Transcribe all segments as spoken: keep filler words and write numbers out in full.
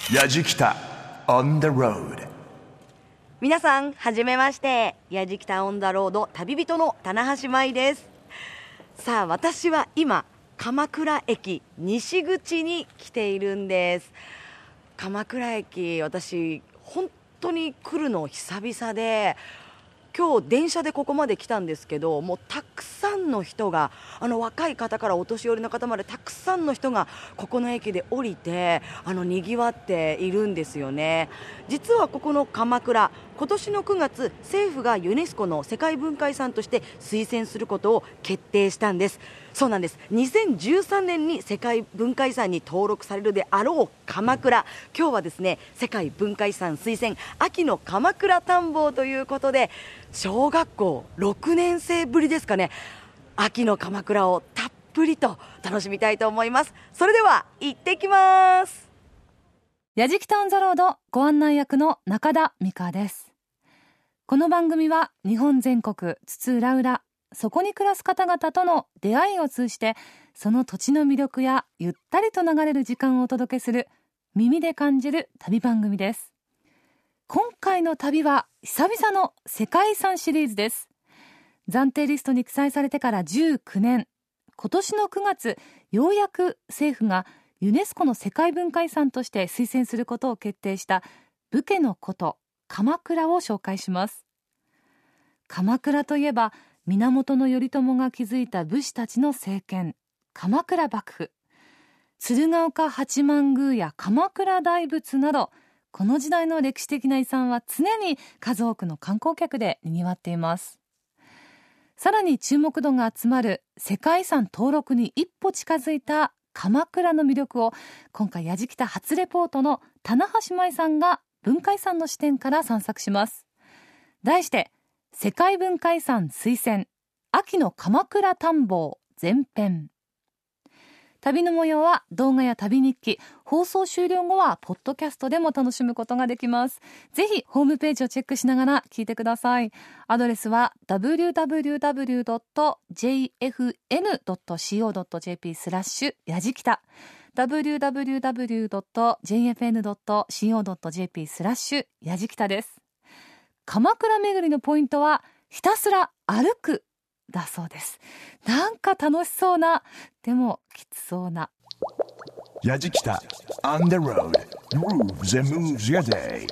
やじきた on the road。 皆さんはじめまして、やじきたオンダロード旅人の棚橋舞です。さあ、私は今鎌倉駅西口に来ているんです。鎌倉駅、私本当に来るの久々で、今日電車でここまで来たんですけど、もうたくさんの人が、あの若い方からお年寄りの方までたくさんの人がここの駅で降りて、あのにぎわっているんですよね。実はここの鎌倉、今年のくがつ、政府がユネスコの世界文化遺産として推薦することを決定したんです。そうなんです。にせんじゅうさんねんに世界文化遺産に登録されるであろう鎌倉、今日はですね、世界文化遺産推薦秋の鎌倉探訪ということで、小学校ろくねん生ぶりですかね、秋の鎌倉をたっぷりと楽しみたいと思います。それでは行ってきます。 やじきたオンザロード、ご案内役の中田美香です。この番組は日本全国津々浦々、そこに暮らす方々との出会いを通じて、その土地の魅力やゆったりと流れる時間をお届けする耳で感じる旅番組です。今回の旅は久々の世界遺産シリーズです。暫定リストに記載されてからじゅうきゅうねん、今年のくがつ、ようやく政府がユネスコの世界文化遺産として推薦することを決定した武家の古都鎌倉を紹介します。鎌倉といえば、源頼朝が築いた武士たちの政権、鎌倉幕府、鶴岡八幡宮や鎌倉大仏など、この時代の歴史的な遺産は常に数多くの観光客で賑わっています。さらに注目度が集まる世界遺産登録に一歩近づいた鎌倉の魅力を、今回やじきた初レポートの棚橋舞さんが文化遺産の視点から散策します。題して世界文化遺産推薦秋の鎌倉探訪前編。旅の模様は動画や旅日記、放送終了後はポッドキャストでも楽しむことができます。ぜひホームページをチェックしながら聞いてください。アドレスは ダブリューダブリューダブリュードットジェイエフエヌドットシーオードットジェーピー スラッシュやじきた ダブリューダブリューダブリュードットジェイエフエヌドットシーオードットジェーピー スラッシュやじきたです。鎌倉巡りのポイントはひたすら歩くだそうです。なんか楽しそうな、でもきつそうな。 やじきた on the road grooves and moves your day。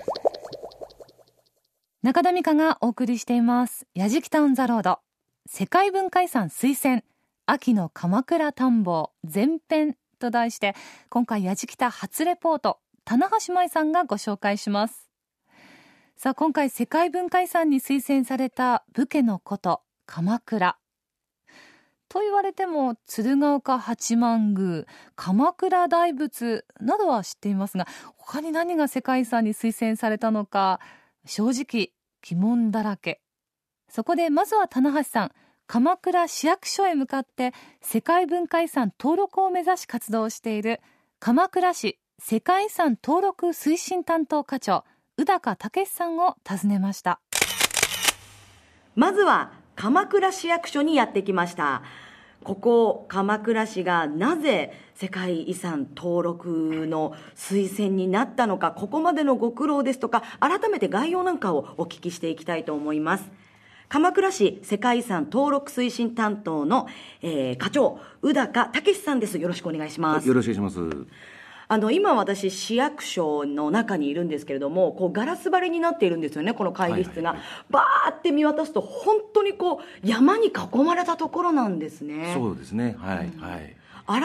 中田美香がお送りしていますやじきたオンザロード、世界文化遺産推薦秋の鎌倉探訪前編と題して、今回やじきた初レポート、棚橋舞さんがご紹介します。さあ、今回世界文化遺産に推薦された武家の古都鎌倉と言われても、鶴岡八幡宮、鎌倉大仏などは知っていますが、他に何が世界遺産に推薦されたのか正直疑問だらけ。そこでまずは棚橋さん、鎌倉市役所へ向かって世界文化遺産登録を目指し活動している鎌倉市世界遺産登録推進担当課長宇高武さんを訪ねました。 まずは鎌倉市役所にやってきました。ここ鎌倉市がなぜ世界遺産登録の推薦になったのか、ここまでのご苦労ですとか、改めて概要なんかをお聞きしていきたいと思います。鎌倉市世界遺産登録推進担当の、えー、課長宇高武さんです。よろしくお願いします。 よろしくお願いします。 あの今私市役所の中にいるんですけれども、こうガラス張りになっているんですよね、この会議室が、はいはいはい、バーって見渡すと本当にこう山に囲まれたところなんですね。 そうですね、はい、うん、はい。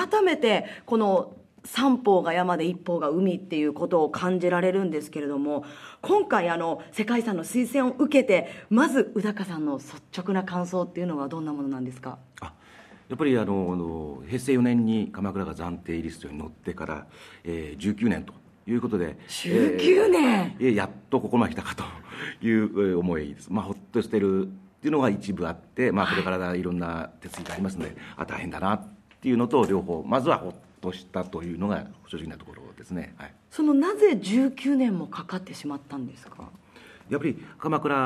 改めてこの三方が山で一方が海っていうことを感じられるんですけれども、今回あの世界遺産の推薦を受けて、まず宇高さんの率直な感想っていうのはどんなものなんですか？ あ、やっぱりあの平成よねんに鎌倉が暫定リストに載ってから、えー、じゅうきゅうねんということで、 じゅうきゅうねん、 えー、やっとここまで来たかという思いです。まあ、ほっとしてるっていうのが一部あって、まあ、これからいろんな手続きがありますので、はい、あ、大変だなっていうのと両方、まずはほっとしたというのが正直なところですね。はい、 そのなぜじゅうきゅうねんもかかってしまったんですか？ やっぱり鎌倉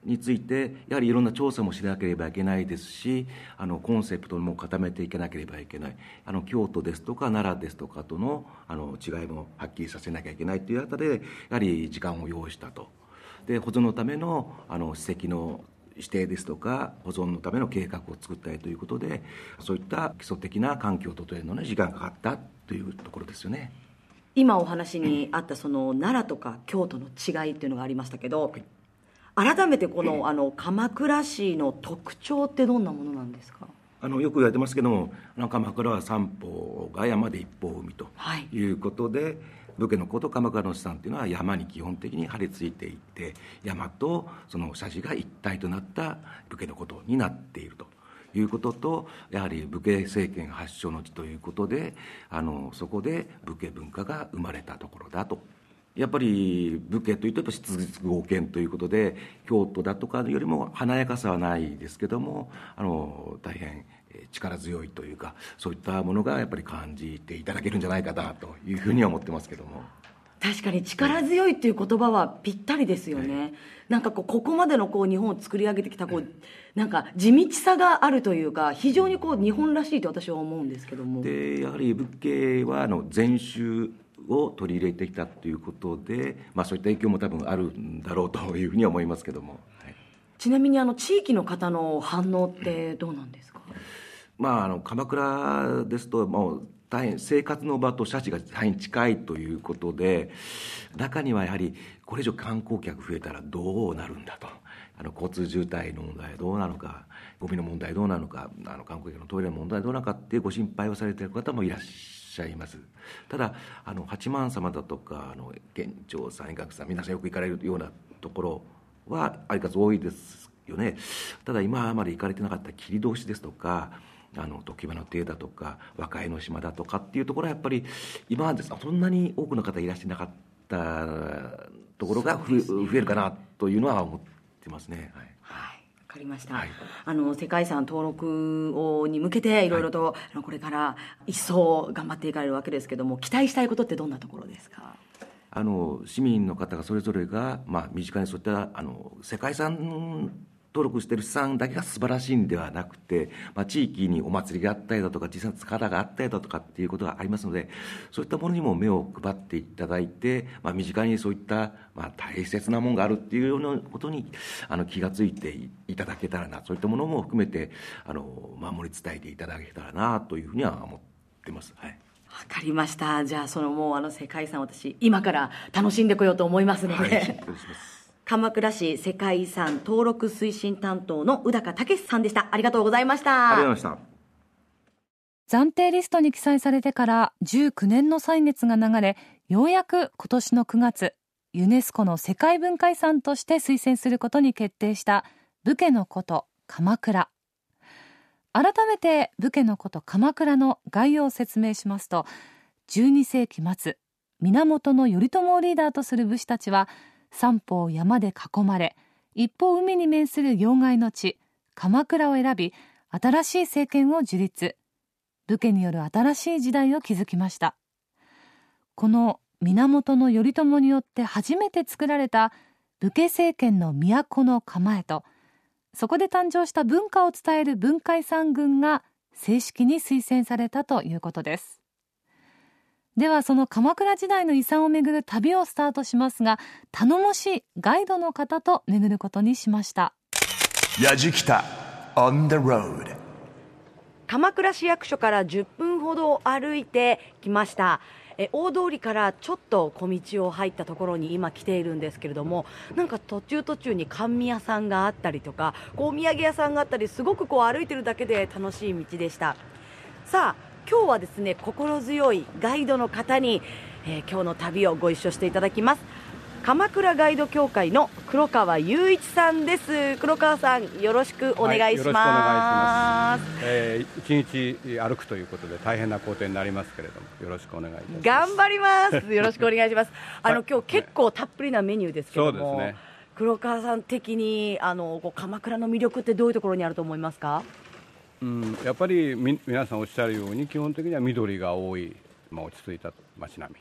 についてやはりいろんな調査もしなければいけないですし、あのコンセプトも固めていかなければいけない、あの京都ですとか奈良ですとかとの、あの違いもはっきりさせなきゃいけないというあたりでやはり時間を要したと。で保存のためのあの史跡の指定ですとか保存のための計画を作ったいということで、そういった基礎的な環境を整えるのに時間がかかったというところですよね。 今お話にあったその奈良とか京都の違いっていうのがありましたけど、はい、改めてこの、あの鎌倉市の特徴ってどんなものなんですか？ あのよく言われてますけども、あの鎌倉は三方が山で一方海ということで、はい、武家の子と鎌倉の資産というのは山に基本的に張り付いていて、山とその社寺が一体となった武家のことになっているということと、やはり武家政権発祥の地ということで、あのそこで武家文化が生まれたところだと。やっぱり武家というと質実剛健ということで、京都だとかよりも華やかさはないですけども、あの大変力強いというか、そういったものがやっぱり感じていただけるんじゃないかなというふうには思ってますけども。 確かに力強いっていう言葉はぴったりですよね、はい、なんかこうここまでのこう日本を作り上げてきたこうなんか地道さがあるというか、非常にこう日本らしいと私は思うんですけども。 でやはり仏家はあの禅宗を取り入れてきたということで、まあ、そういった影響も多分あるんだろうというふうには思いますけども、はい、 ちなみにあの地域の方の反応ってどうなんですか？ まあ、あの鎌倉ですともう大変生活の場と社地が大変近いということで、中にはやはりこれ以上観光客増えたらどうなるんだと、あの交通渋滞の問題どうなのか、ゴミの問題どうなのか、あの観光客のトイレの問題どうなのかっていうご心配をされている方もいらっしゃいます。ただあの八幡様だとかあの玄奘さん、円覚さん、皆さんよく行かれるようなところは相変わらず多いですよね。ただ今まで行かれてなかった切通ですとか、あの常盤の邸だとか和歌江の島だとかっていうところはやっぱり今までそんなに多くの方いらっしゃなかったところが増え、増えるかなというのは思ってますね。はい、 はい、わかりました、 はい、 あの世界遺産登録をに向けていろいろと、はい、あのこれから一層頑張っていかれるわけですけども、期待したいことってどんなところですか？ あの市民の方がそれぞれが、まあ、身近にそういったあの世界遺産登録している資産だけが素晴らしいんではなくて、まあ、地域にお祭りがあったりだとか小さな力があったりだとかっていうことがありますので、そういったものにも目を配っていただいて、まあ、身近にそういった、まあ、大切なものがあるっていうようなことにあの気がついていただけたらな、そういったものも含めてあの守り伝えていただけたらなというふうには思ってます。はい、わかりました。じゃあそのもうあの世界遺産、私今から楽しんでこようと思いますので、はい、お願いします。鎌倉市世界遺産登録推進担当の宇高武さんでした。ありがとうございました。 ありがとうございました。暫定リストに記載されてからじゅうきゅうねんの歳月が流れ、ようやく今年のくがつユネスコの世界文化遺産として推薦することに決定した武家の古都鎌倉。改めて武家の古都鎌倉の概要を説明しますと、じゅうに世紀末、源頼朝をリーダーとする武士たちは三方山で囲まれ、一方海に面する要害の地鎌倉を選び、新しい政権を樹立、武家による新しい時代を築きました。この源頼朝によって初めて作られた武家政権の都の構えと、そこで誕生した文化を伝える文化遺産群が正式に推薦されたということです。ではその鎌倉時代の遺産をめぐる旅をスタートしますが、頼もしいガイドの方と巡ることにしました。 やじきた on the road。 鎌倉市役所からじゅっぷんほど歩いてきました。え大通りからちょっと小道を入ったところに今来ているんですけれども、なんか途中途中に甘味屋さんがあったりとか、こうお土産屋さんがあったり、すごくこう歩いてるだけで楽しい道でした。さあ今日はですね、心強いガイドの方に、えー、今日の旅をご一緒していただきます。鎌倉ガイド協会の黒川雄一さんです。黒川さん、よろしくお願いします。はい、よろしくお願いします。 えー、一日歩くということで大変な工程になりますけれども、よろしくお願いいたします。 頑張ります。よろしくお願いします。あの、はい、今日結構たっぷりなメニューですけども、そうですね、黒川さん的にあのこう鎌倉の魅力ってどういうところにあると思いますか？ うん、やっぱりみ皆さんおっしゃるように基本的には緑が多い、まあ、落ち着いた街並み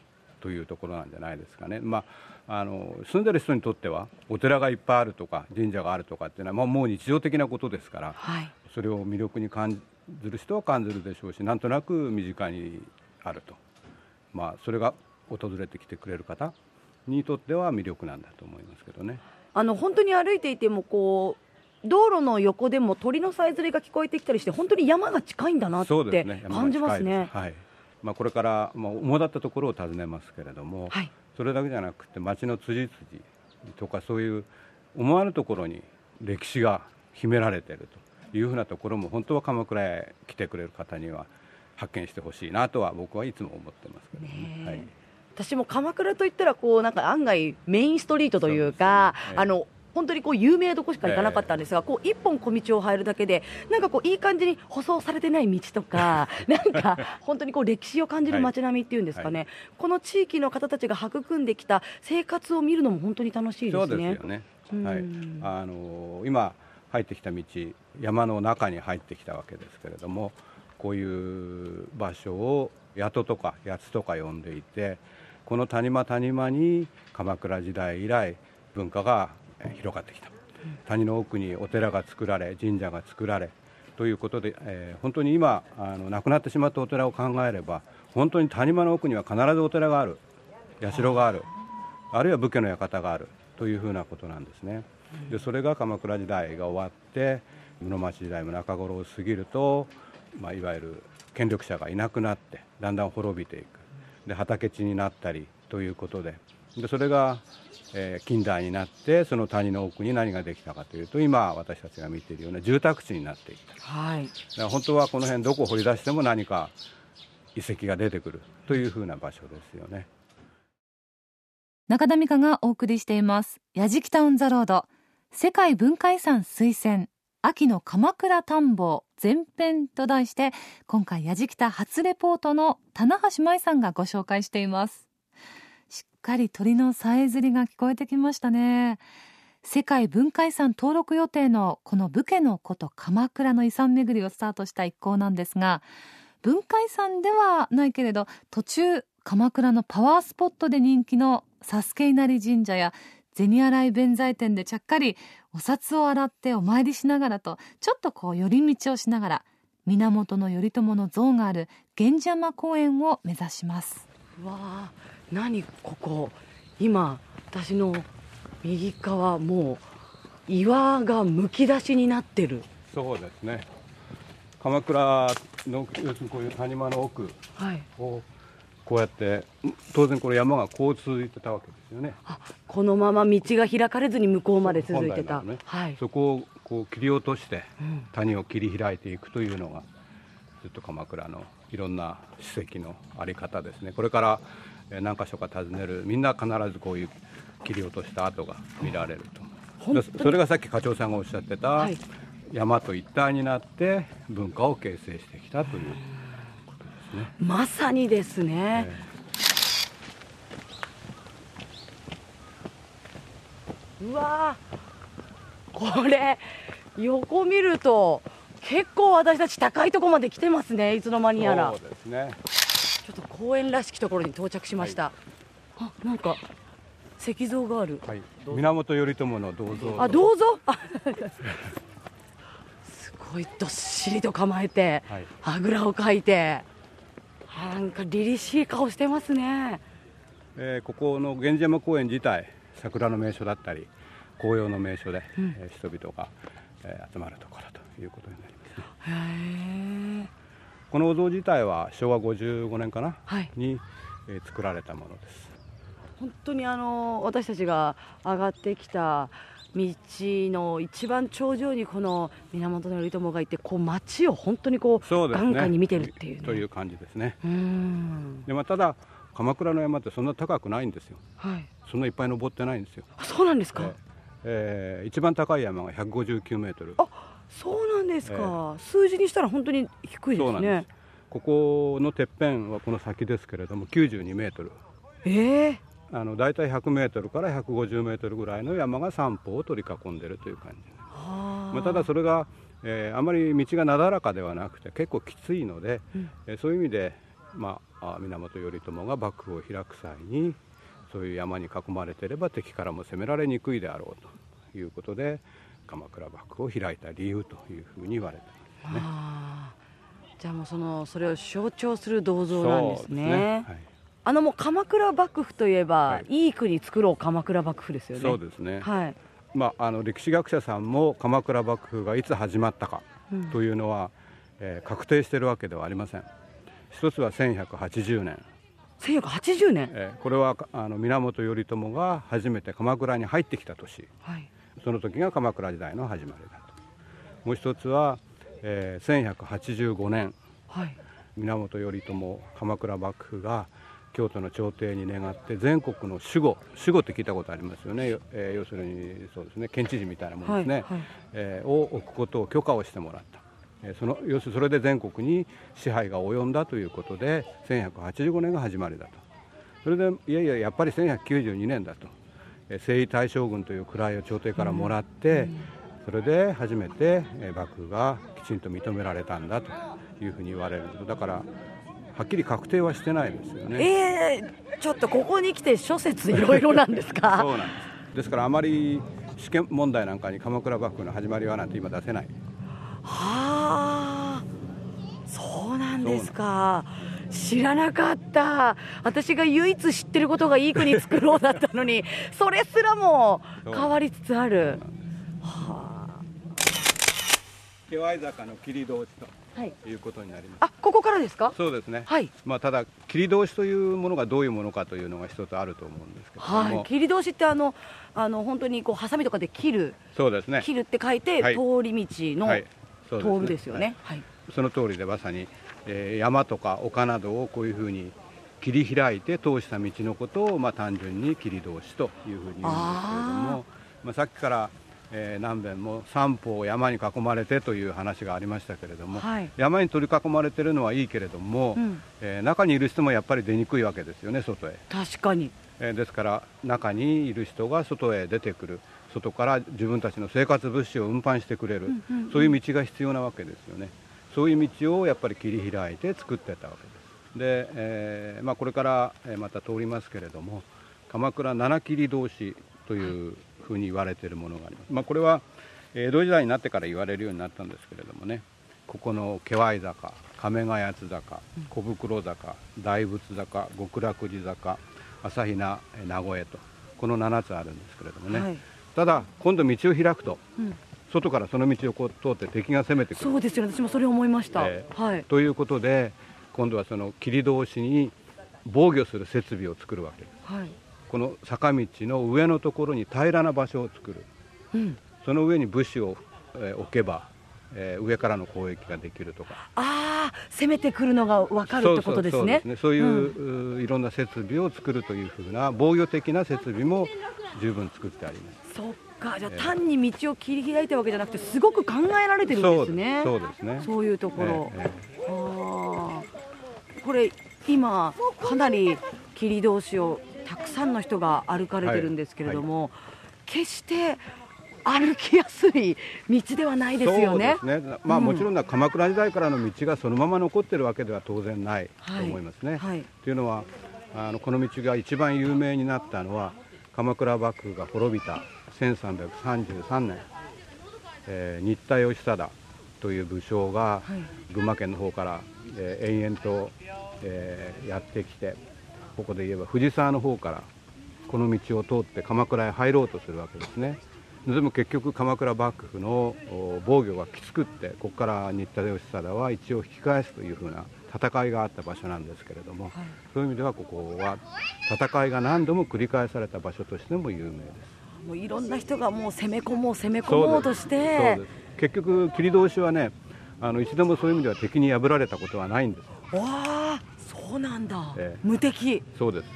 というところなんじゃないですかね。まあ、あの住んでる人にとってはお寺がいっぱいあるとか神社があるとかっていうのは、まあ、もう日常的なことですから、 はい、 それを魅力に感じる人は感じるでしょうし、なんとなく身近にあると、まあ、それが訪れてきてくれる方にとっては魅力なんだと思いますけどね。 あの本当に歩いていてもこう道路の横でも鳥のさえずりが聞こえてきたりして、本当に山が近いんだなって感じますね。 はい、まあ、これから、まあ、主だったところを訪ねますけれども、はい、それだけじゃなくて町の辻々とかそういう思わぬところに歴史が秘められているというふうなところも、本当は鎌倉へ来てくれる方には発見してほしいなとは僕はいつも思ってますけどね。はい、 私も鎌倉といったらこうなんか案外メインストリートというか、う、ね、えー、あの本当にこう有名なとこしか行かなかったんですが、えー、こう一本小道を入るだけでなんかこういい感じに舗装されてない道とかなんか本当にこう歴史を感じる街並みっていうんですかね、はいはい、この地域の方たちが育んできた生活を見るのも本当に楽しいですね。 そうですよね、はい、あの今入ってきた道、山の中に入ってきたわけですけれども、こういう場所を谷戸とか谷津とか呼んでいて、この谷間谷間に鎌倉時代以来文化が広がってきた、谷の奥にお寺が作られ神社が作られということで、えー、本当に今あの亡くなってしまったお寺を考えれば、本当に谷間の奥には必ずお寺がある、社がある、あるいは武家の館があるというふうなことなんですね。でそれが鎌倉時代が終わって室町時代も中頃を過ぎると、まあ、いわゆる権力者がいなくなってだんだん滅びていく、で畑地になったりということで、でそれが、えー、近代になって、その谷の奥に何ができたかというと、今私たちが見ているような住宅地になっていった、はい、だから本当はこの辺どこを掘り出しても何か遺跡が出てくるというふうな場所ですよね。 中田美香がお送りしていますやじきたオンザロード、世界文化遺産推薦秋の鎌倉探訪前編と題して、今回やじきた初レポートの棚橋舞さんがご紹介しています。しっかり鳥のさえずりが聞こえてきましたね。世界文化遺産登録予定のこの武家の古都鎌倉の遺産巡りをスタートした一行なんですが、文化遺産ではないけれど途中鎌倉のパワースポットで人気の佐助稲荷神社や銭洗弁財天でちゃっかりお札を洗ってお参りしながらと、ちょっとこう寄り道をしながら源頼朝の像がある源氏山公園を目指します。 うわあ、何ここ、今私の右側もう岩がむき出しになってる。 そうですね、鎌倉の要するにこういう谷間の奥を、はい、こうやって当然これ山がこう続いてたわけですよね。 あ、このまま道が開かれずに向こうまで続いてた、 ね、はい、そこをこう切り落として谷を切り開いていくというのがずっと鎌倉のいろんな史跡のあり方ですね。これから何か所か訪ねるみんな必ずこういう切り落とした跡が見られると。それがさっき課長さんがおっしゃってた、はい、山と一体になって文化を形成してきたということですね。 まさにですね、えー、うわー、これ横見ると結構私たち高いところまで来てますね。いつの間にやら。 そうですね、 ちょっと公園らしきところに到着しました、はい、あ、なんか石像がある、 はい、源頼朝の銅像。 あ、銅像すごいどっしりと構えて、はい、あぐらをかいて、なんか凛々しい顔してますね。 えー、ここの源氏山公園自体桜の名所だったり紅葉の名所で、うん、えー、人々が、えー、集まるところということになりますね。へー、このお像自体はしょうわごじゅうごねんかな、はい、に、えー、作られたものです。 本当にあの私たちが上がってきた道の一番頂上にこの源頼朝がいて、こう街を本当にこう眼下に見てるっていう、ね、 という感じですね。うん、で、まあ、ただ鎌倉の山ってそんな高くないんですよ、はい、そんないっぱい登ってないんですよ。 あ、そうなんですか。 えーえー、一番高い山がひゃくごじゅうきゅうメートル。 あ、そうなんですか、えー、数字にしたら本当に低いですね。 そうなんです。ここのてっぺんはこの先ですけれどもきゅうじゅうにメートル。 えーあのだいたいひゃくメートルからひゃくごじゅうメートルぐらいの山が三方を取り囲んでいるという感じ。まあ、ただそれが、えー、あまり道がなだらかではなくて結構きついので、うん、えー、そういう意味でまあ、源頼朝が幕府を開く際にそういう山に囲まれていれば敵からも攻められにくいであろうということで鎌倉幕府を開いた理由というふうに言われていますね。 あじゃあもうそのそれを象徴する銅像なんですね。 そうですね、はい、 あのもう鎌倉幕府といえば、はい、いい国作ろう鎌倉幕府ですよね。 そうですね、 はいまあ、あの歴史学者さんも鎌倉幕府がいつ始まったかというのは、うんえー、確定しているわけではありません。一つはせんひゃくはちじゅうねんせんひゃくはちじゅうねん、 えー、これはあの源頼朝が初めて鎌倉に入ってきた年、はい、その時が鎌倉時代の始まりだと。もう一つは、えー、せんひゃくはちじゅうごねん、はい、源頼朝鎌倉幕府が京都の朝廷に願って全国の守護守護って聞いたことありますよね、えー、要するにそうですね県知事みたいなものですね、はいはいえー、を置くことを許可をしてもらった。その要するにそれで全国に支配が及んだということでせんひゃくはちじゅうごねんが始まりだと。それでいやいややっぱりせんひゃくきゅうじゅうにねんだと征夷大将軍という位を朝廷からもらって、うん、それで初めて幕府がきちんと認められたんだというふうに言われる。だからはっきり確定はしてないですよね。 えー、ちょっとここに来て諸説いろいろなんですかそうなんです。ですからあまり試験問題なんかに鎌倉幕府の始まりはなんて今出せない。 はあ、そうなんですか。知らなかった。私が唯一知ってることがいい国作ろうだったのにそれすらも変わりつつある。はあ、 気合坂の切通しということになります。 あ、ここからですか。 そうですね、 はい。まあ、ただ切通しというものがどういうものかというのが一つあると思うんですけども、 はい、切通しってあのあの本当にこうハサミとかで切る。 そうですね、 切るって書いて、はい、通り道の、はい通るですよね、 はい、その通りでまさに、えー、山とか丘などをこういうふうに切り開いて通した道のことを、まあ、単純に切り通しというふうに言うんですけれども、まあ、さっきから、えー、何遍も三方山に囲まれてという話がありましたけれども、はい、山に取り囲まれているのはいいけれども、うんえー、中にいる人もやっぱり出にくいわけですよね、外へ。 確かに、 えー、ですから中にいる人が外へ出てくる、外から自分たちの生活物資を運搬してくれる、うんうんうん、そういう道が必要なわけですよね。そういう道をやっぱり切り開いて作ってたわけです。で、えーまあ、これからまた通りますけれども、鎌倉七切通しというふうに言われているものがあります。まあ、これは江戸時代になってから言われるようになったんですけれどもね、ここの気合坂、亀ヶ谷坂、小袋坂、大仏坂、極楽寺坂、朝比奈名古屋と、このななつあるんですけれどもね、はい、ただ今度道を開くと、うん、外からその道をこう通って敵が攻めてくる。 そうですよね、私もそれを思いました、えーはい、 ということで今度はその切通しに防御する設備を作るわけです、はい、この坂道の上のところに平らな場所を作る、うん、その上に物資を、えー、置けば、えー、上からの攻撃ができるとか。 ああ、攻めてくるのが分かるってことですね。そうそうそうですね、 そういう、うん、いろんな設備を作るというふうな防御的な設備も十分作ってあります。 そっか、じゃあ単に道を切り開いたわけじゃなくてすごく考えられてるんですね。 そうですね、 そういうところ、えーえー、あこれ今かなり切り通しをたくさんの人が歩かれてるんですけれども、はいはい、決して歩きやすい道ではないですよね。 そうですね、まあ、もちろん鎌倉時代からの道がそのまま残っているわけでは当然ないと思いますね。はいはい、というのはあのこの道が一番有名になったのは鎌倉幕府が滅びたせんさんびゃくさんじゅうさんねん、えー、新田義貞という武将が、はい、群馬県の方から、えー、延々と、えー、やってきて、ここで言えば藤沢の方からこの道を通って鎌倉へ入ろうとするわけですね。でも結局鎌倉幕府の防御がきつくって、ここから新田義貞は一応引き返すというふうな戦いがあった場所なんですけれども、はい、そういう意味ではここは戦いが何度も繰り返された場所としても有名です。 もういろんな人がもう攻め込もう攻め込もうとして、 そうです。結局切通しはね、あの一度もそういう意味では敵に破られたことはないんです。 わあ、そうなんだ、ええ、無敵。 そうです。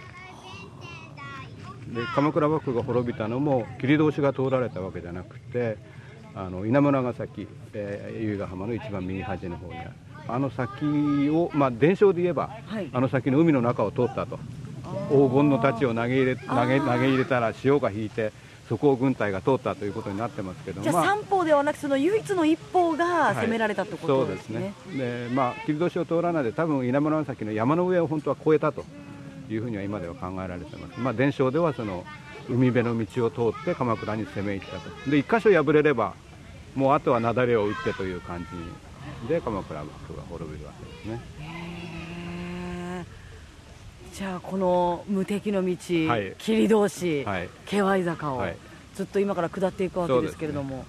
で鎌倉幕府が滅びたのも切通しが通られたわけじゃなくて、あの稲村ヶ崎、えー、由比ヶ浜の一番右端の方にあるあの先を、まあ、伝承で言えば、はい、あの先の海の中を通ったと。黄金の太刀を投げ入れ、投げ、投げ入れたら潮が引いてそこを軍隊が通ったということになってますけども、 じゃあまあ三方ではなくその唯一の一方が攻められたってことですね。 はい、そうですね。で、まあ、切通を通らないで多分稲村岬の山の上を本当は越えたというふうには今では考えられています。まあ、伝承ではその海辺の道を通って鎌倉に攻め入ったと。で一箇所破れればもうあとは雪崩を打ってという感じで鎌倉幕府が滅びるわけですね。 へー、じゃあこの無敵の道、 はい、 切通し、 はい、 気合坂を、 はい、 ずっと今から下っていくわけですけれども、ね、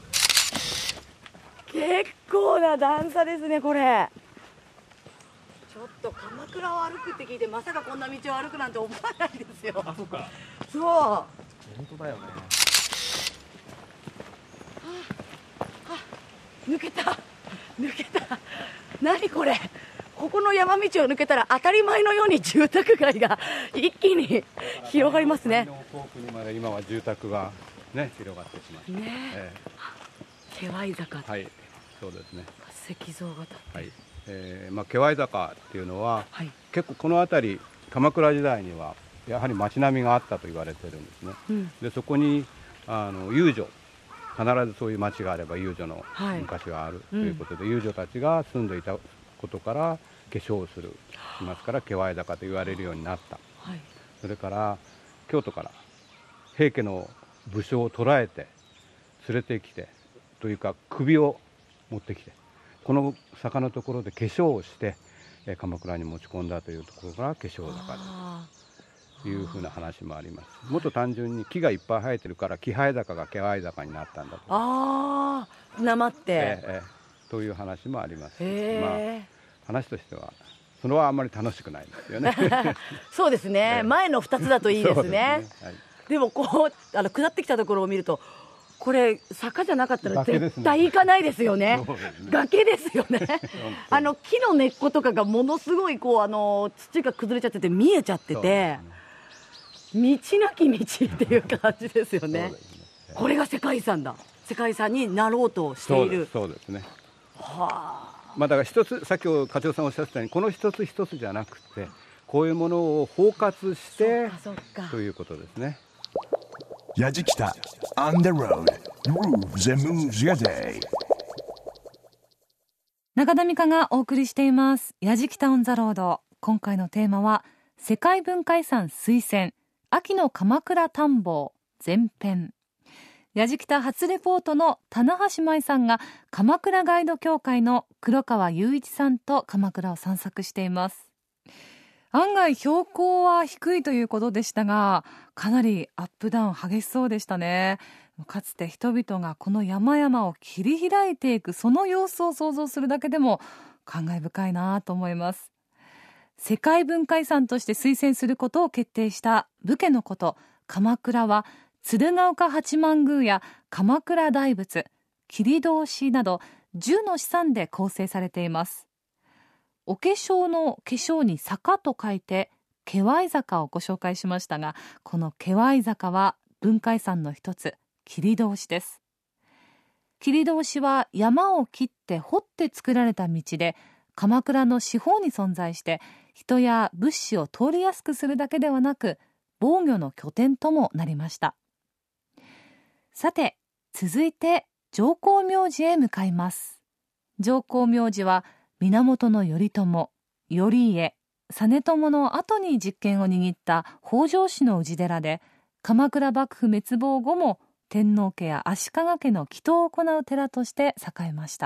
結構な段差ですねこれ。ちょっと鎌倉を歩くって聞いてまさかこんな道を歩くなんて思わないですよ。 あ、そうか。 そう。本当だよね。 抜けた抜けた。何これ、ここの山道を抜けたら当たり前のように住宅街が一気に広がりますね。 遠くにまで今は住宅が、ね、広がってしまってね、ええ、気合坂、 はい、そうですね。 石像が立って、 はい、えーまあ、気合坂っていうのは、 はい、 結構この辺り鎌倉時代にはやはり町並みがあったと言われてるんですね、うん、でそこにあの遊女、必ずそういう町があれば遊女の昔はあるということで、はい、うん、遊女たちが住んでいたことから化粧をするしますから気合坂と言われるようになった、はい、それから京都から平家の武将を捕らえて連れてきてというか首を持ってきてこの坂のところで化粧をして鎌倉に持ち込んだというところから化粧坂というふうな話もあります。もっと単純に木がいっぱい生えてるから気配坂が気配坂になったんだと、 ああ、なまって、 えええという話もあります。まあ、話としてはそれはあんまり楽しくないですよねそうですね、ええ、前のふたつだといいですね。で, すね、はい、でもこうあの下ってきたところを見るとこれ坂じゃなかったら絶対行かないですよね。崖ですよねあの木の根っことかがものすごいこうあの土が崩れちゃってて見えちゃってて、道なき道っていう感じですよね。これが世界遺産だ、世界遺産になろうとしている。 そうです、そうですね。はあ、まあ、だから一つ、さっき課長さんおっしゃってたようにこの一つ一つじゃなくてこういうものを包括してということですね。 やじきた On the road grooves and moves your day。 中田美香がお送りしていますやじきたオンザロード。今回のテーマは世界文化遺産推薦秋の鎌倉探訪前編。やじきた初レポートの棚橋舞さんが鎌倉ガイド協会の黒川雄一さんと鎌倉を散策しています。案外標高は低いということでしたがかなりアップダウン激しそうでしたね。かつて人々がこの山々を切り開いていくその様子を想像するだけでも感慨深いなと思います。世界文化遺産として推薦することを決定した武家のこと鎌倉は鶴岡八幡宮や鎌倉大仏、切通などじゅうの資産で構成されています。お化粧の化粧に坂と書いて気合坂をご紹介しましたが、この気合坂は文化遺産の一つ切通です。切通は山を切って掘って作られた道で鎌倉の四方に存在して人や物資を通りやすくするだけではなく防御の拠点ともなりました。さて続いて上皇明寺へ向かいます。上皇明寺は源頼朝、頼家、実朝の後に実権を握った北条氏の氏寺で鎌倉幕府滅亡後も天皇家や足利家の祈祷を行う寺として栄えました。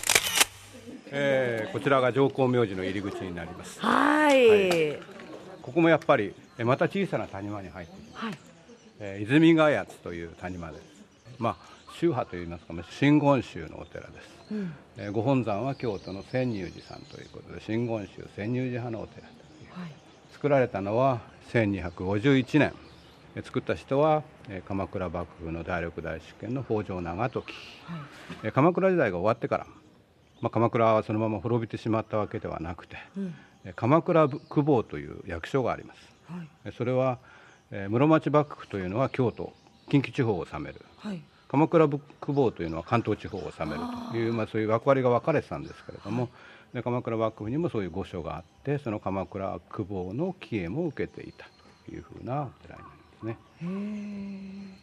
えー、こちらが上皇明寺の入り口になります。 はい、はい、 ここもやっぱりまた小さな谷間に入っています、はい、えー、泉ヶ谷という谷間です。まあ宗派といいますか真言宗のお寺です、うん、えー、ご本山は京都の泉入寺さんということで真言宗泉入寺派のお寺という、はい、作られたのはせんにひゃくごじゅういちねん、えー、作った人は、えー、鎌倉幕府の第六代執権の北条長時、はい、えー、鎌倉時代が終わってから、まあ、鎌倉はそのまま滅びてしまったわけではなくて、うん、えー、鎌倉公方という役所があります、はい、それは、えー、室町幕府というのは京都近畿地方を治める、はい、鎌倉公方というのは関東地方を治めるという、まあ、そういう役割が分かれてたんですけれども、はい、で鎌倉幕府にもそういう御所があってその鎌倉公方の帰依も受けていたというふうなお寺になりますね。 へー、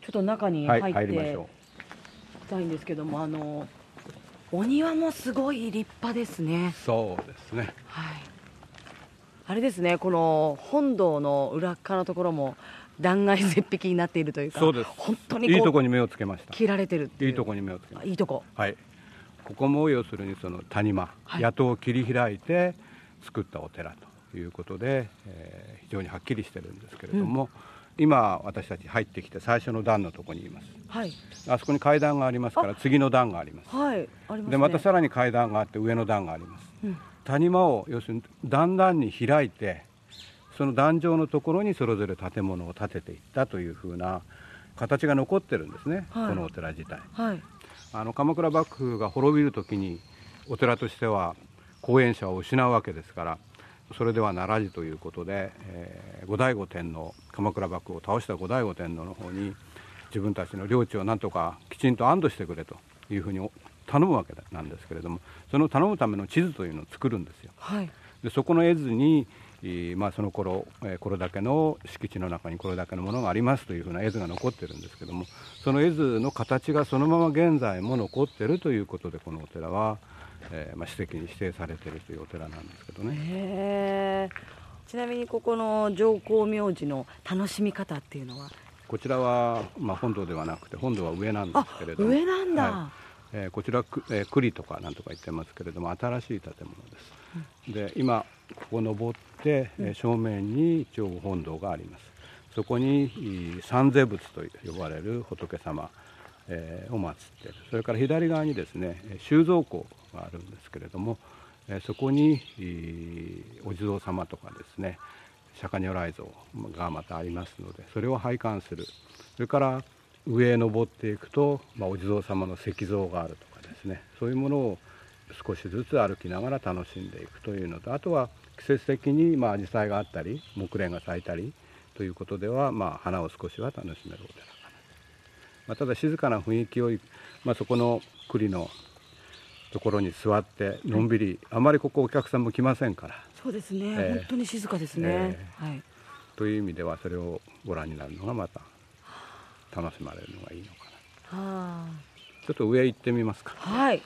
ちょっと中にはい、 入ってい入りましょきたいんですけども、あのお庭もすごい立派ですね。 う。そうですね。 はい、あれですね、この本堂の裏っ側のところも断崖絶壁になっているというか、 そうです。 本当にこういいとこに目をつけました。 切られてるっていう。 いいとこに目をつけました。 いいとこ。 はい。ここも要するにその谷間、 はい谷戸を切り開いて作ったお寺ということで、えー非常にはっきりしてるんですけれども、今私たち入ってきて最初の段のところにいます。 はいあそこに階段がありますから次の段があります。 はい、ありますね。 でまたさらに階段があって上の段があります。 うん谷間を要するに段々に開いて、その壇上のところにそれぞれ建物を建てていったというふうな形が残ってるんですね、 はいこのお寺自体。 はいあの鎌倉幕府が滅びる時にお寺としては後援者を失うわけですから、それではならじということで、えー、後醍醐天皇、鎌倉幕府を倒した後醍醐天皇の方に自分たちの領地をなんとかきちんと安堵してくれというふうに頼むわけなんですけれども、その頼むための地図というのを作るんですよ。 はいでそこの絵図に、まあ、その頃、えー、これだけの敷地の中にこれだけのものがありますというふうな絵図が残ってるんですけども、その絵図の形がそのまま現在も残ってるということで、このお寺は、えーまあ、史跡に指定されているというお寺なんですけどね。 へー。ちなみにここの上皇明寺の楽しみ方っていうのは。 こちらは、まあ、本堂ではなくて本堂は上なんですけれども、 上なんだ、 はいえー、こちらく、えー、栗とかなんとか言ってますけれども新しい建物です、うん、で今ここ登って、えー、正面に一応本堂があります。そこに三世仏と呼ばれる仏様、えー、を祀っている。それから左側にですね収蔵庫があるんですけれども、えー、そこにお地蔵様とかですね釈迦如来像がまたありますので、それを拝観する。それから上へ登っていくと、まあ、お地蔵様の石像があるとかですね、そういうものを少しずつ歩きながら楽しんでいくというのと、あとは季節的にまあ紫陽花があったり木蓮が咲いたりということでは、まあ、花を少しは楽しめるお寺かな、まあ、ただ静かな雰囲気を、まあ、そこの栗のところに座ってのんびり、あまりここお客さんも来ませんから。 そうですね、 えー本当に静かですね、 えーはい、 という意味ではそれをご覧になるのがまた楽しまれるのがいいのかな。 はちょっと上行ってみますか。 あ、はい。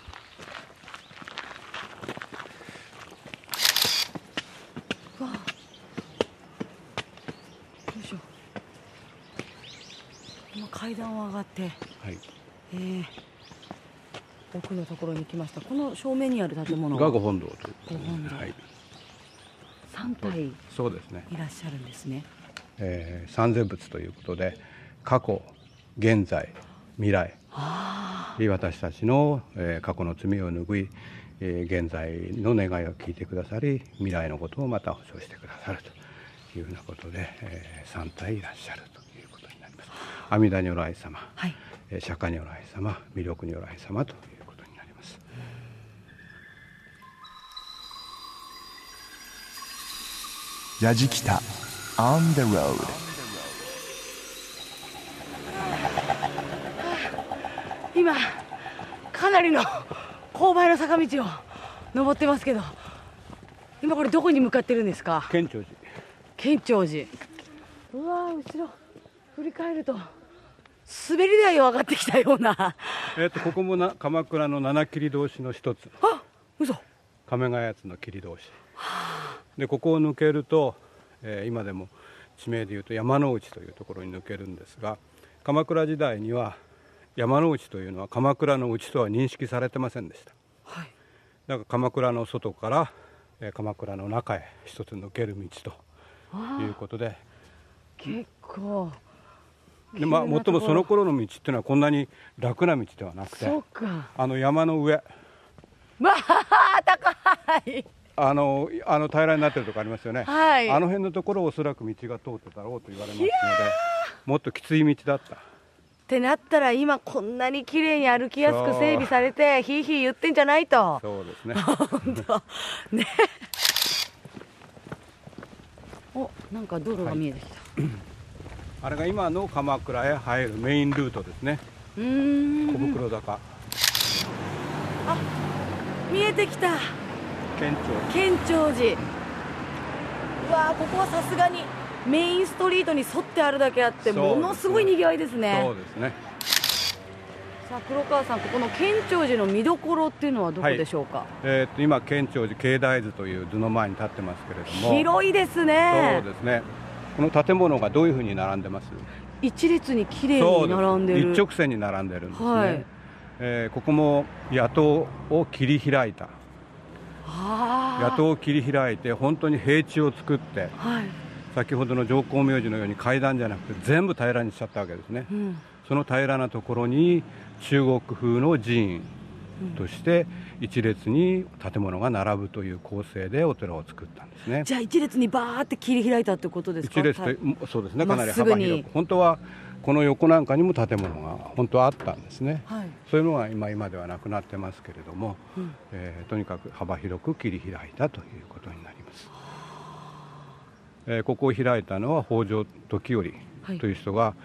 わあ、よいしょ。今階段を上がって、 はい、 えー、奥のところに来ました。この正面にある建物がはご本堂ということで、 ご本堂はい、 さん体そうですね、 いらっしゃるんですね。 えー、三世仏ということで過去現在未来、私たちの、えー、過去の罪を拭い、えー、現在の願いを聞いてくださり、未来のことをまた保証してくださるというようなことで、えー、さん体いらっしゃるということになります。阿弥陀如来様、 はい、 えー、釈迦如来様、弥勒如来様ということになります。 やじきた On the road。 今かなりの勾配の坂道を登ってますけど、今これどこに向かってるんですか？ 建長寺。 建長寺。うわー、後ろ振り返ると滑り台を上がってきたようなえー、とここもな鎌倉の七切通しの一つ、 あ、嘘。 亀ヶ谷の切通しで、ここを抜けると、えー、今でも地名でいうと山之内というところに抜けるんですが、鎌倉時代には山之内というのは鎌倉の内とは認識されてませんでした。 はい、 だから鎌倉の外から、えー、鎌倉の中へ一つ抜ける道ということで、 結構で、まあ、もっともその頃の道っていうのはこんなに楽な道ではなくて、 そうか、 あの山の上、 まあ高い、 あのあの平らになってるとこありますよね、 はい、 あの辺のところをおそらく道が通ってたろうと言われますので、もっときつい道だったってなったら、今こんなに綺麗に歩きやすく整備されてヒーヒー言ってんじゃないと。 そうですね本当ね。お、なんか道路が見えてきた、はい、 あれが今の鎌倉へ入るメインルートですね。 うーん、 小袋坂、 あ、見えてきた県庁建長寺。うわー、ここはさすがにメインストリートに沿ってあるだけあってものすごい賑わいですね。 そうですね。 さあ黒川さん、ここの建長寺の見どころっていうのはどこでしょうか。 はい、えー、と今建長寺境内図という図の前に立ってますけれども、 広いですね。 そうですね。この建物がどういうふうに並んでます？ 一列に綺麗に並んでる。 一直線に並んでるんですね。 はい、 えー、ここも野党を切り開いた。野党を切り開いて本当に平地を作って、はい、先ほどの上皇明寺のように階段じゃなくて全部平らにしちゃったわけですね。うん、その平らなところに中国風の寺院として一列に建物が並ぶという構成でお寺を作ったんですね。 じゃあ一列にバーって切り開いたってことですか。 一列で、そうですね、かなり幅広く。本当はこの横なんかにも建物が本当はあったんですね。はい、そういうのは今今ではなくなってますけれども、うん、えー、とにかく幅広く切り開いたということになります。えー、ここを開いたのは北条時頼という人が、はい、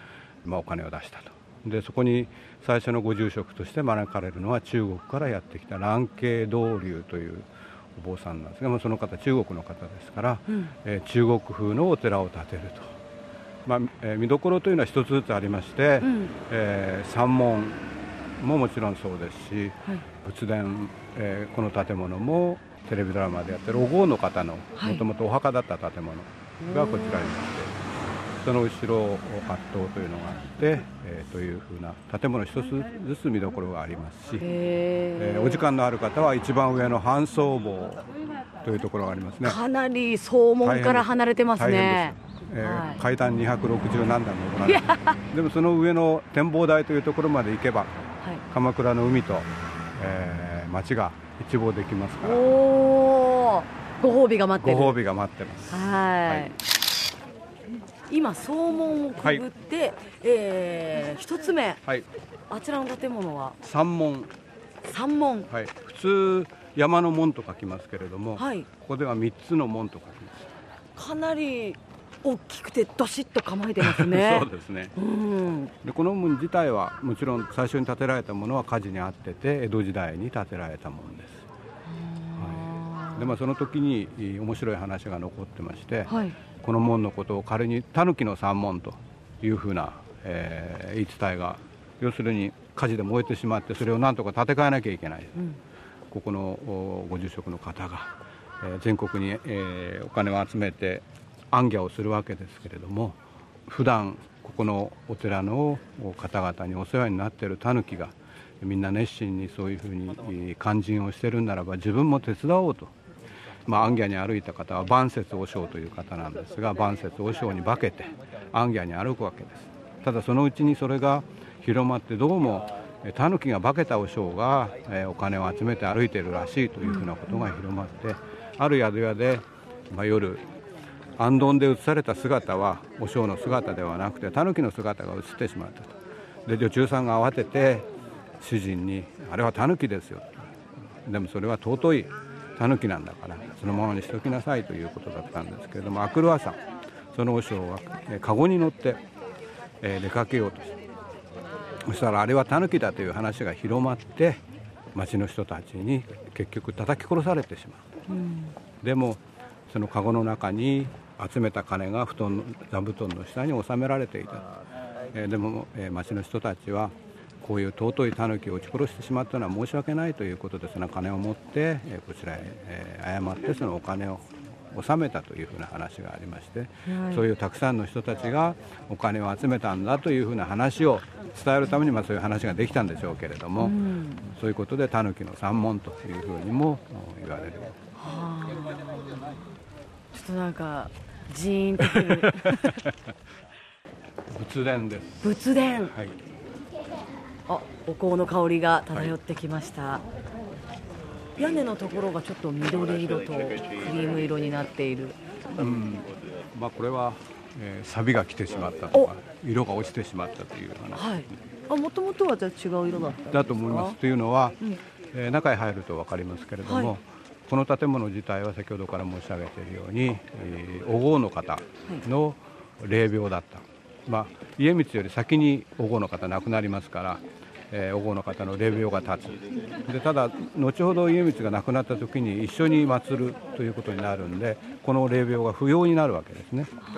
まあ、お金を出したと。でそこに最初のご住職として招かれるのは中国からやってきた蘭渓道流というお坊さんなんですが、まあ、その方中国の方ですから、うん、えー、中国風のお寺を建てると。まあえー、見どころというのは一つずつありまして、うん、えー、山門ももちろんそうですし、はい、仏殿、えー、この建物もテレビドラマでやってるお郷の方のもともとお墓だった建物がこちらになって、その後ろ八塔というのがあって、えー、というふうな建物一つずつ見どころがありますし、えー、お時間のある方は一番上の半僧坊というところがありますね。 かなり総門から離れてますね。 えーはい、階段にひゃくろくじゅう何段登られてでもその上の展望台というところまで行けば、はい、鎌倉の海と、えー、街が一望できますから、 おご褒美が待ってる。 ご褒美が待ってます。 はい、はい、今総門をくぐって、はい、えー、一つ目、はい、あちらの建物は山門。 山門、 はい、普通山の門と書きますけれども、はい、ここではみっつの門と書きます。 かなり大きくてどしっと構えてますね。 そうですね、うん、でこの門自体はもちろん最初に建てられたものは火事に遭ってて江戸時代に建てられたものです。はい、でまあ、その時に面白い話が残ってまして、はい、この門のことを仮に狸の三門というふうな、えー、言い伝えが、要するに火事で燃えてしまってそれをなんとか建て替えなきゃいけない、うん、ここのご住職の方が、えー、全国に、えー、お金を集めて行脚をするわけですけれども、普段ここのお寺の方々にお世話になっている狸がみんな熱心にそういうふうに勧進をしているならば自分も手伝おうと、まあ、行脚に歩いた方は万節和尚という方なんですが、万節和尚に化けて行脚に歩くわけです。ただそのうちにそれが広まって、どうも狸が化けた和尚がお金を集めて歩いているらしいというふうなことが広まって、ある宿屋で、まあ、夜行灯で映された姿は和尚の姿ではなくて狸の姿が映ってしまったと。で女中さんが慌てて主人に「あれは狸ですよ」でもそれは尊い狸なんだからそのままにしておきなさいということだったんですけれども、明くる朝その和尚は籠に乗って出かけようとして、そしたらあれは狸だという話が広まって町の人たちに結局叩き殺されてしまう、うん、でもその籠の中に集めた金が布団座布団の下に収められていた、えー、でも、えー、町の人たちはこういう尊い狸を撃ち殺してしまったのは申し訳ないということで、その金を持って、えー、こちらへ、えー、誤ってそのお金を納めたというふうな話がありまして、はい、そういうたくさんの人たちがお金を集めたんだというふうな話を伝えるために、まあ、そういう話ができたんでしょうけれども、うん、そういうことで狸の三門というふうにも言われる。はあ、 ちょっとなんかジーンとくる仏殿です。 仏殿、はい、あ、お香の香りが漂ってきました、はい、屋根のところがちょっと緑色とクリーム色になっている、 うん、まあ、これは、えー、錆が来てしまったとか色が落ちてしまったという話、はい、 あ、もともとはじゃあ違う色だったんですか？ だと思います。というのは、うん、えー、中へ入ると分かりますけれども、はい、この建物自体は先ほどから申し上げているように、えー、お郷の方の霊廟だった、はい、まあ、家光より先にお郷の方亡くなりますから、えー、お郷の方の霊廟が建つ。でただ後ほど家光が亡くなった時に一緒に祀るということになるんで、この霊廟が不要になるわけですね。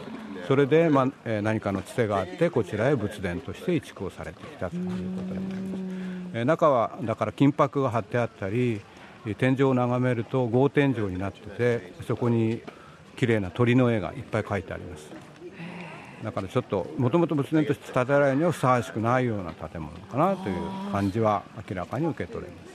それで、まあえー、何かのつてがあってこちらへ仏殿として移築をされてきたということになります。えー、中はだから金箔が貼ってあったり、天井を眺めると格天井になってて、そこに綺麗な鳥の絵がいっぱい描いてあります。だからちょっともともと仏殿として建てられるにはふさわしくないような建物かなという感じは明らかに受け取れます。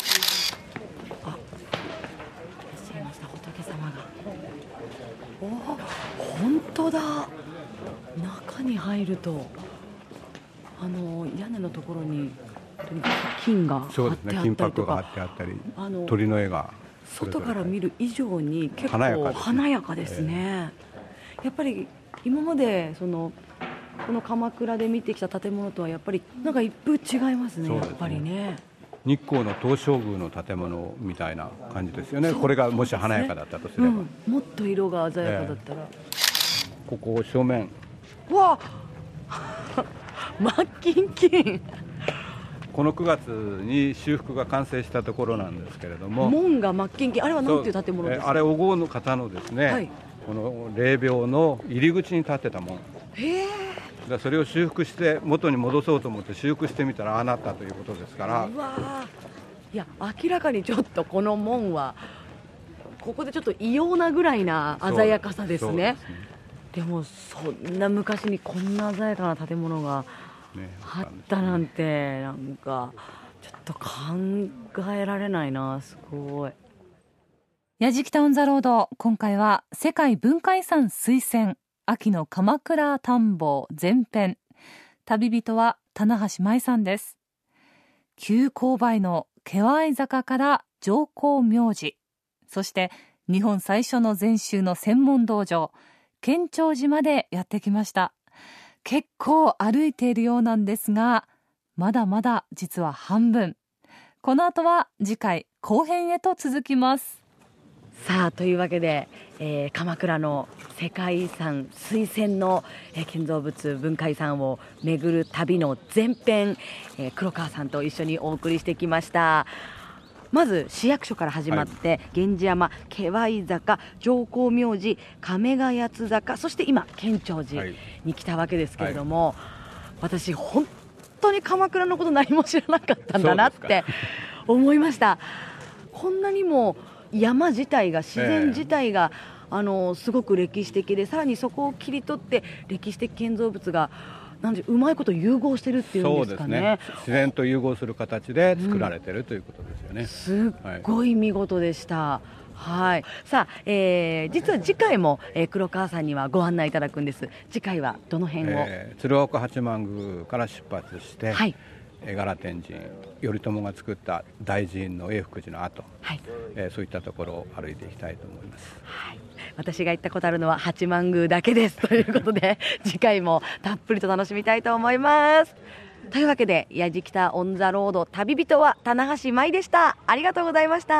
あ、いらっしゃいました仏様が。おお、本当だ。中に入るとあの屋根のところにとにかく金が貼ってあったりとか、そうですね、金箔が貼ってあったり、あの鳥の絵が外から見る以上に結構華やかですね。華やかですね。やっぱり今までそのこの鎌倉で見てきた建物とはやっぱりなんか一風違いますね。やっぱりね。 日光の東照宮の建物みたいな感じですよね。これがもし華やかだったとすれば、うん、 もっと色が鮮やかだったら、 えー、ここ正面、 わあ真っ金金。 このくがつに修復が完成したところなんですけれども、 門が真っ金金。あれは何ていう建物ですか？ あれお郷の方のですね、はい、この霊廟の入り口に建てた門。へー。それを修復して元に戻そうと思って修復してみたらああなったということですから。 うわ、いや明らかにちょっとこの門はここでちょっと異様なぐらいな鮮やかさですね。そうですね。でもそんな昔にこんな鮮やかな建物があったなんて、なんかちょっと考えられないな。すごい。 やじきたオンザロード、今回は世界文化遺産推薦秋の鎌倉探訪前編。旅人は棚橋舞さんです。急勾配の気合坂から上皇明寺、そして日本最初の禅宗の専門道場建長寺までやってきました。結構歩いているようなんですが、まだまだ実は半分。この後は次回後編へと続きます。 さあというわけで、えー、鎌倉の世界遺産推薦の、えー、建造物文化遺産を巡る旅の前編、えー、黒川さんと一緒にお送りしてきました。まず市役所から始まって、はい、源氏山、気合坂、上皇明寺、亀ヶ谷坂、そして今建長寺に来たわけですけれども、はいはい、私本当に鎌倉のこと何も知らなかったんだなって思いました。こんなにも山自体が自然自体が、えー、あのすごく歴史的で、さらにそこを切り取って歴史的建造物がなんでうまいこと融合してるっていうんですかね。そうですね、 自然と融合する形で作られてる、うん、ということですよね。 すっごい見事でした。はい、さあ、えー、実は次回も、えー、黒川さんにはご案内いただくんです。次回はどの辺を？ えー、鶴岡八幡宮から出発して、はい、江原天神、頼朝が作った大寺院の永福寺の跡、はい、えー、そういったところを歩いていきたいと思います。 はい、私が行ったことあるのは八幡宮だけですということで次回もたっぷりと楽しみたいと思います。というわけで、やじきたオンザロード、旅人は棚橋舞でした。ありがとうございました。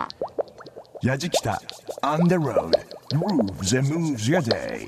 やじきた On the road grooves and moves your day。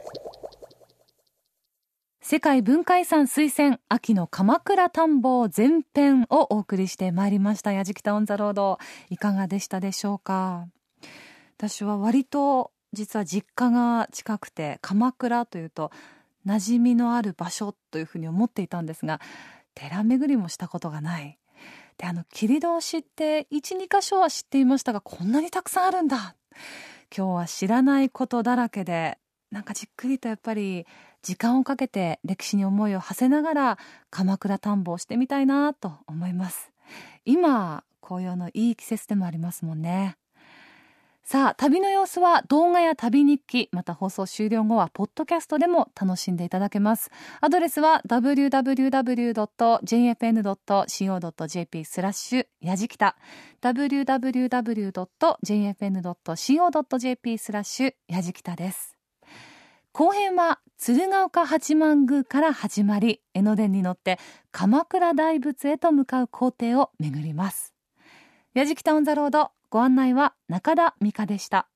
世界文化遺産推薦秋の鎌倉探訪前編をお送りしてまいりました。やじきたオンザロード、いかがでしたでしょうか。私は割と実は実家が近くて、鎌倉というと馴染みのある場所というふうに思っていたんですが、寺巡りもしたことがない。で、あの切通って いち,に 箇所は知っていましたが、こんなにたくさんあるんだ。今日は知らないことだらけで、なんかじっくりとやっぱり時間をかけて歴史に思いを馳せながら鎌倉探訪してみたいなと思います。今紅葉のいい季節でもありますもんね。さあ、旅の様子は動画や旅日記、また放送終了後はポッドキャストでも楽しんでいただけます。アドレスは ダブリューダブリューダブリュードットジェイエフエヌドットシーオードットジェーピー スラッシュやじきた ダブリューダブリューダブリュードットジェイエフエヌドットシーオードットジェーピー スラッシュやじきたです。後編は鶴岡八幡宮から始まり、江ノ電に乗って鎌倉大仏へと向かう工程を巡ります。やじきたオンザロード、ご案内は中田美香でした。